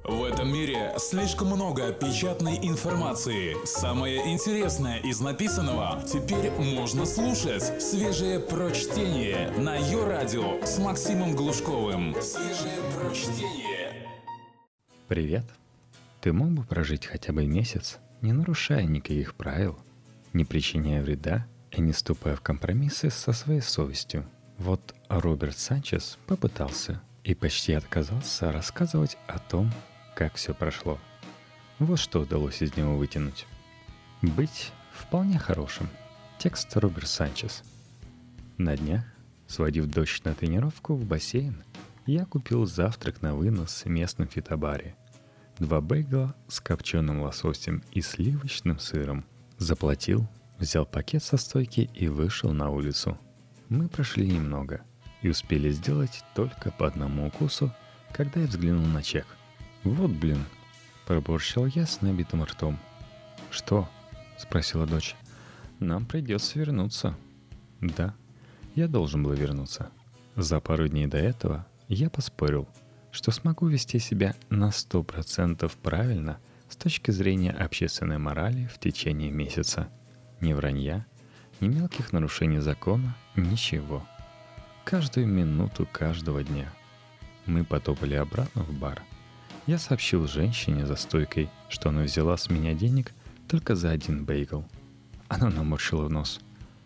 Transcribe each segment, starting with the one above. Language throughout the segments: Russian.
В этом мире слишком много печатной информации. Самое интересное из написанного теперь можно слушать. Свежее прочтение на Йо-Радио с Максимом Глушковым. Свежее прочтение. Привет. Ты мог бы прожить хотя бы месяц, не нарушая никаких правил, не причиняя вреда и не вступая в компромиссы со своей совестью? Вот Роберт Санчес попытался и почти отказался рассказывать о том, как все прошло. Вот что удалось из него вытянуть. Быть вполне хорошим. Текст Роберт Санчес. На днях, сводив дочь на тренировку в бассейн, я купил завтрак на вынос в местном фитобаре. 2 бейгла с копченым лососем и сливочным сыром. Заплатил, взял пакет со стойки и вышел на улицу. Мы прошли немного и успели сделать только по одному укусу, когда я взглянул на чек. «Вот блин!» – пробурчал я с набитым ртом. «Что?» – спросила дочь. «Нам придется вернуться». «Да, я должен был вернуться. За пару дней до этого я поспорил, что смогу вести себя на 100% правильно с точки зрения общественной морали в течение месяца. Ни вранья, ни мелких нарушений закона, ничего. Каждую минуту каждого дня. Мы потопали обратно в бар. Я сообщил женщине за стойкой, что она взяла с меня денег только за 1 бейгл. Она наморщила нос.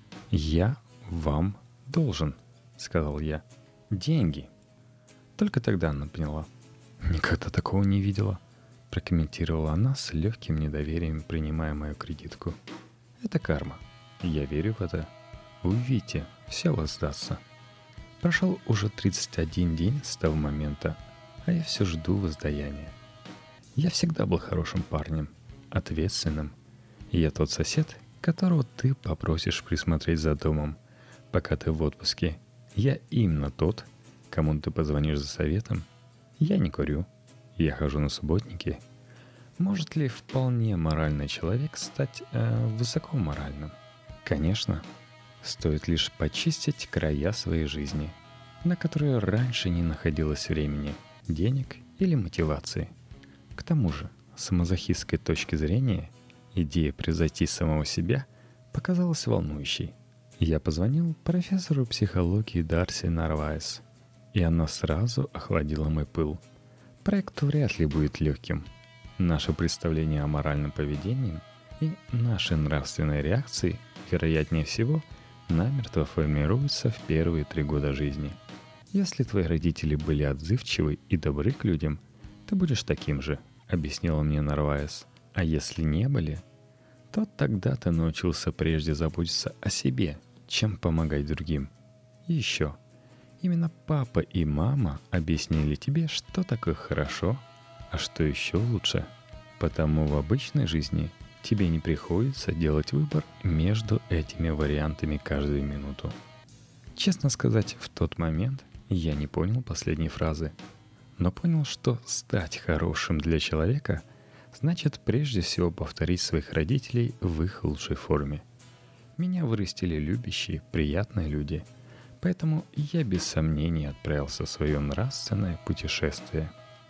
«Я вам должен», — сказал я. «Деньги». Только тогда она поняла. «Никогда такого не видела», — прокомментировала она с легким недоверием, принимая мою кредитку. «Это карма. Я верю в это. Увидите, все воздастся». Прошел уже 31 день с того момента, а я все жду воздаяния. Я всегда был хорошим парнем, ответственным. Я тот сосед, которого ты попросишь присмотреть за домом, пока ты в отпуске. Я именно тот, кому ты позвонишь за советом. Я не курю, я хожу на субботники. Может ли вполне моральный человек стать высокоморальным? Конечно. Стоит лишь почистить края своей жизни, на которые раньше не находилось времени, денег или мотивации. К тому же, с мазохистской точки зрения, идея превзойти самого себя показалась волнующей. Я позвонил профессору психологии Дарси Нарвайс, и она сразу охладила мой пыл. Проект вряд ли будет легким. Наше представление о моральном поведении и наши нравственные реакции, вероятнее всего, намертво формируются в первые 3 года жизни. Если твои родители были отзывчивы и добры к людям, ты будешь таким же, объяснила мне Нарвайс. А если не были, то тогда ты научился прежде заботиться о себе, чем помогать другим. И еще, именно папа и мама объяснили тебе, что такое хорошо, а что еще лучше. Потому в обычной жизни тебе не приходится делать выбор между этими вариантами каждую минуту. Честно сказать, в тот момент я не понял последней фразы, но понял, что стать хорошим для человека значит прежде всего повторить своих родителей в их лучшей форме. Меня вырастили любящие, приятные люди, поэтому я без сомнений отправился в свое нравственное путешествие.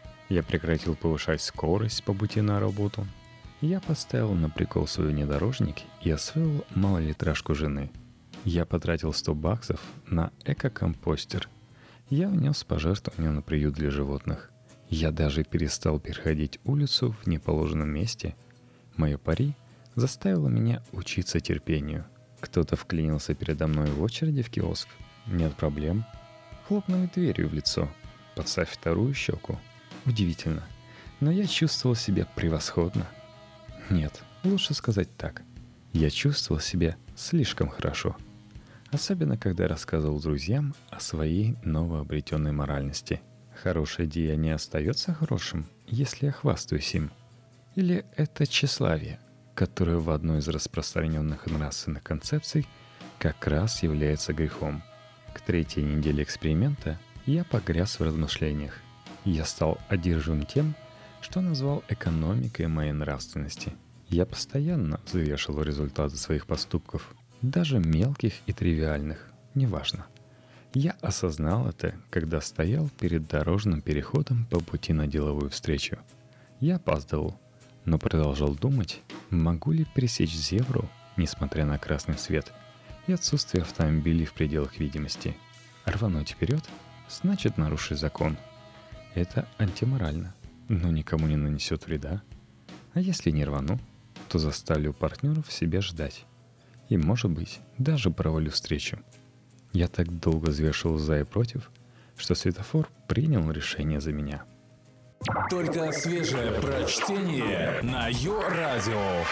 Я прекратил повышать скорость по пути на работу. Я поставил на прикол свой внедорожник и освоил малолитражку жены. Я потратил $100 на эко-компостер. Я внес пожертвования на приют для животных. Я даже перестал переходить улицу в неположенном месте. Мое пари заставило меня учиться терпению. Кто-то вклинился передо мной в очереди в киоск. Нет проблем. Хлопнули дверью в лицо. Подставь 2 щеку. Удивительно. Но я чувствовал себя превосходно. Нет, лучше сказать так. Я чувствовал себя слишком хорошо. Особенно, когда рассказывал друзьям о своей новообретенной моральности. Хорошее деяние остается хорошим, если я хвастаюсь им. Или это тщеславие, которое в одной из распространенных нравственных концепций как раз является грехом. К 3-й неделе эксперимента я погряз в размышлениях. Я стал одержим тем, что назвал экономикой моей нравственности. Я постоянно взвешивал результаты своих поступков, даже мелких и тривиальных, неважно. Я осознал это, когда стоял перед дорожным переходом по пути на деловую встречу. Я опаздывал, но продолжал думать, могу ли пересечь зебру, несмотря на красный свет и отсутствие автомобилей в пределах видимости. Рвануть вперед значит нарушить закон. Это антиморально, но никому не нанесет вреда. А если не рвану, то заставлю партнеров себя ждать. И, может быть, даже провалю встречу. Я так долго взвешивал за и против, что светофор принял решение за меня. Только свежее прочтение на Йо-Радио.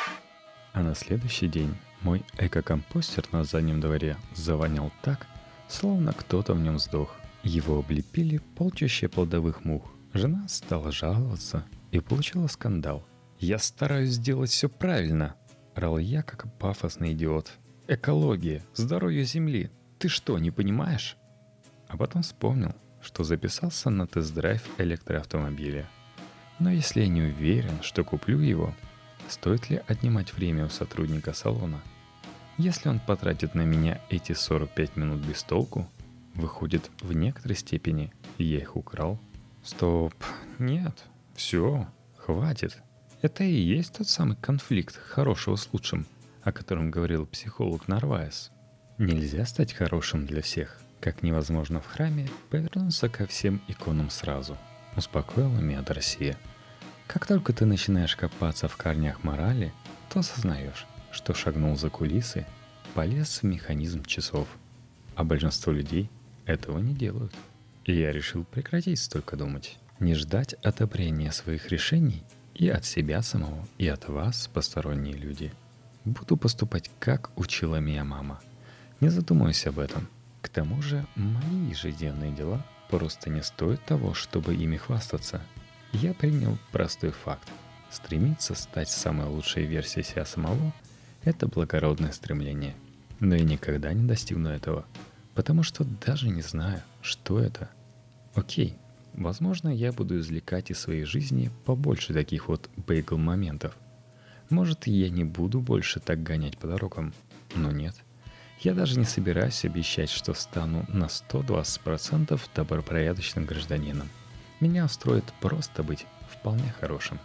А на следующий день мой эко-компостер на заднем дворе завонял так, словно кто-то в нем сдох. Его облепили полчища плодовых мух. Жена стала жаловаться и получила скандал. «Я стараюсь сделать все правильно», — орал я, как пафосный идиот. «Экология, здоровье Земли. Ты что, не понимаешь?» А потом вспомнил, что записался на тест-драйв электроавтомобиля. Но если я не уверен, что куплю его, стоит ли отнимать время у сотрудника салона? Если он потратит на меня эти 45 минут без толку, выходит, в некоторой степени я их украл. Стоп, нет, все, хватит. Это и есть тот самый конфликт хорошего с лучшим, о котором говорил психолог Нарваес. Нельзя стать хорошим для всех, как невозможно в храме повернуться ко всем иконам сразу, успокоила меня Дорсия. Как только ты начинаешь копаться в корнях морали, то осознаешь, что шагнул за кулисы, полез в механизм часов. А большинство людей этого не делают. И я решил прекратить столько думать, не ждать одобрения своих решений и от себя самого, и от вас, посторонние люди. Буду поступать, как учила меня мама. Не задумывайся об этом. К тому же мои ежедневные дела просто не стоят того, чтобы ими хвастаться. Я принял простой факт. Стремиться стать самой лучшей версией себя самого – это благородное стремление. Но я никогда не достигну этого, потому что даже не знаю, что это. Окей, возможно, я буду извлекать из своей жизни побольше таких вот бейгл-моментов. Может, я не буду больше так гонять по дорогам, но нет. Я даже не собираюсь обещать, что стану на 120% добропорядочным гражданином. Меня устроит просто быть вполне хорошим.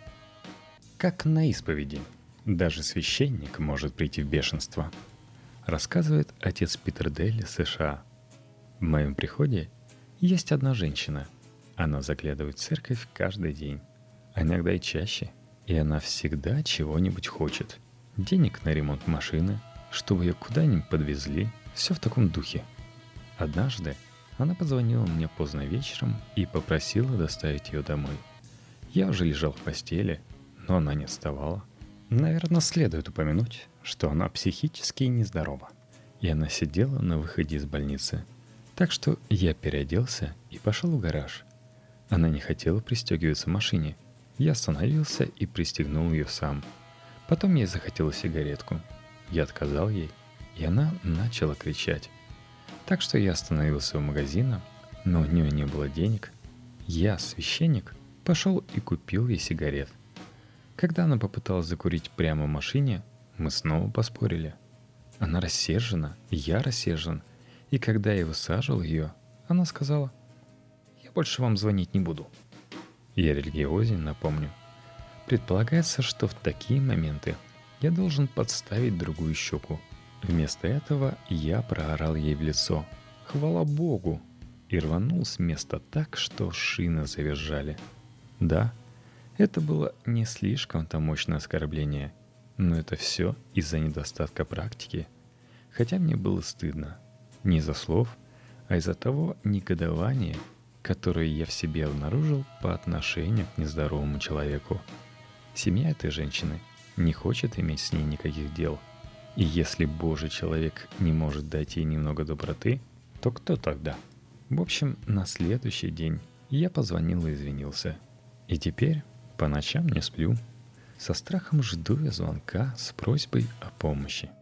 Как на исповеди. Даже священник может прийти в бешенство. Рассказывает отец Питердель из США. В моем приходе есть одна женщина. Она заглядывает в церковь каждый день. А иногда и чаще. И она всегда чего-нибудь хочет. Денег на ремонт машины, чтобы ее куда-нибудь подвезли. Все в таком духе. Однажды она позвонила мне поздно вечером и попросила доставить ее домой. Я уже лежал в постели, но она не вставала. Наверное, следует упомянуть, что она психически нездорова. И она сидела на выходе из больницы. Так что я переоделся и пошел в гараж. Она не хотела пристегиваться в машине. Я остановился и пристегнул ее сам. Потом ей захотелось сигаретку. Я отказал ей, и она начала кричать. Так что я остановился у магазина, но у нее не было денег. Я, священник, пошел и купил ей сигарет. Когда она попыталась закурить прямо в машине, мы снова поспорили. Она рассержена, я рассержен. И когда я высаживал ее, она сказала: «Я больше вам звонить не буду». Я религиозен, напомню. Предполагается, что в такие моменты я должен подставить другую щеку. Вместо этого я проорал ей в лицо: «Хвала Богу!» и рванул с места так, что шины завизжали. Да, это было не слишком-то мощное оскорбление, но это все из-за недостатка практики. Хотя мне было стыдно. Не из-за слов, а из-за того негодования, которое я в себе обнаружил по отношению к нездоровому человеку. Семья этой женщины не хочет иметь с ней никаких дел. И если Божий человек не может дать ей немного доброты, то кто тогда? В общем, на следующий день я позвонил и извинился. И теперь по ночам не сплю. Со страхом жду я звонка с просьбой о помощи.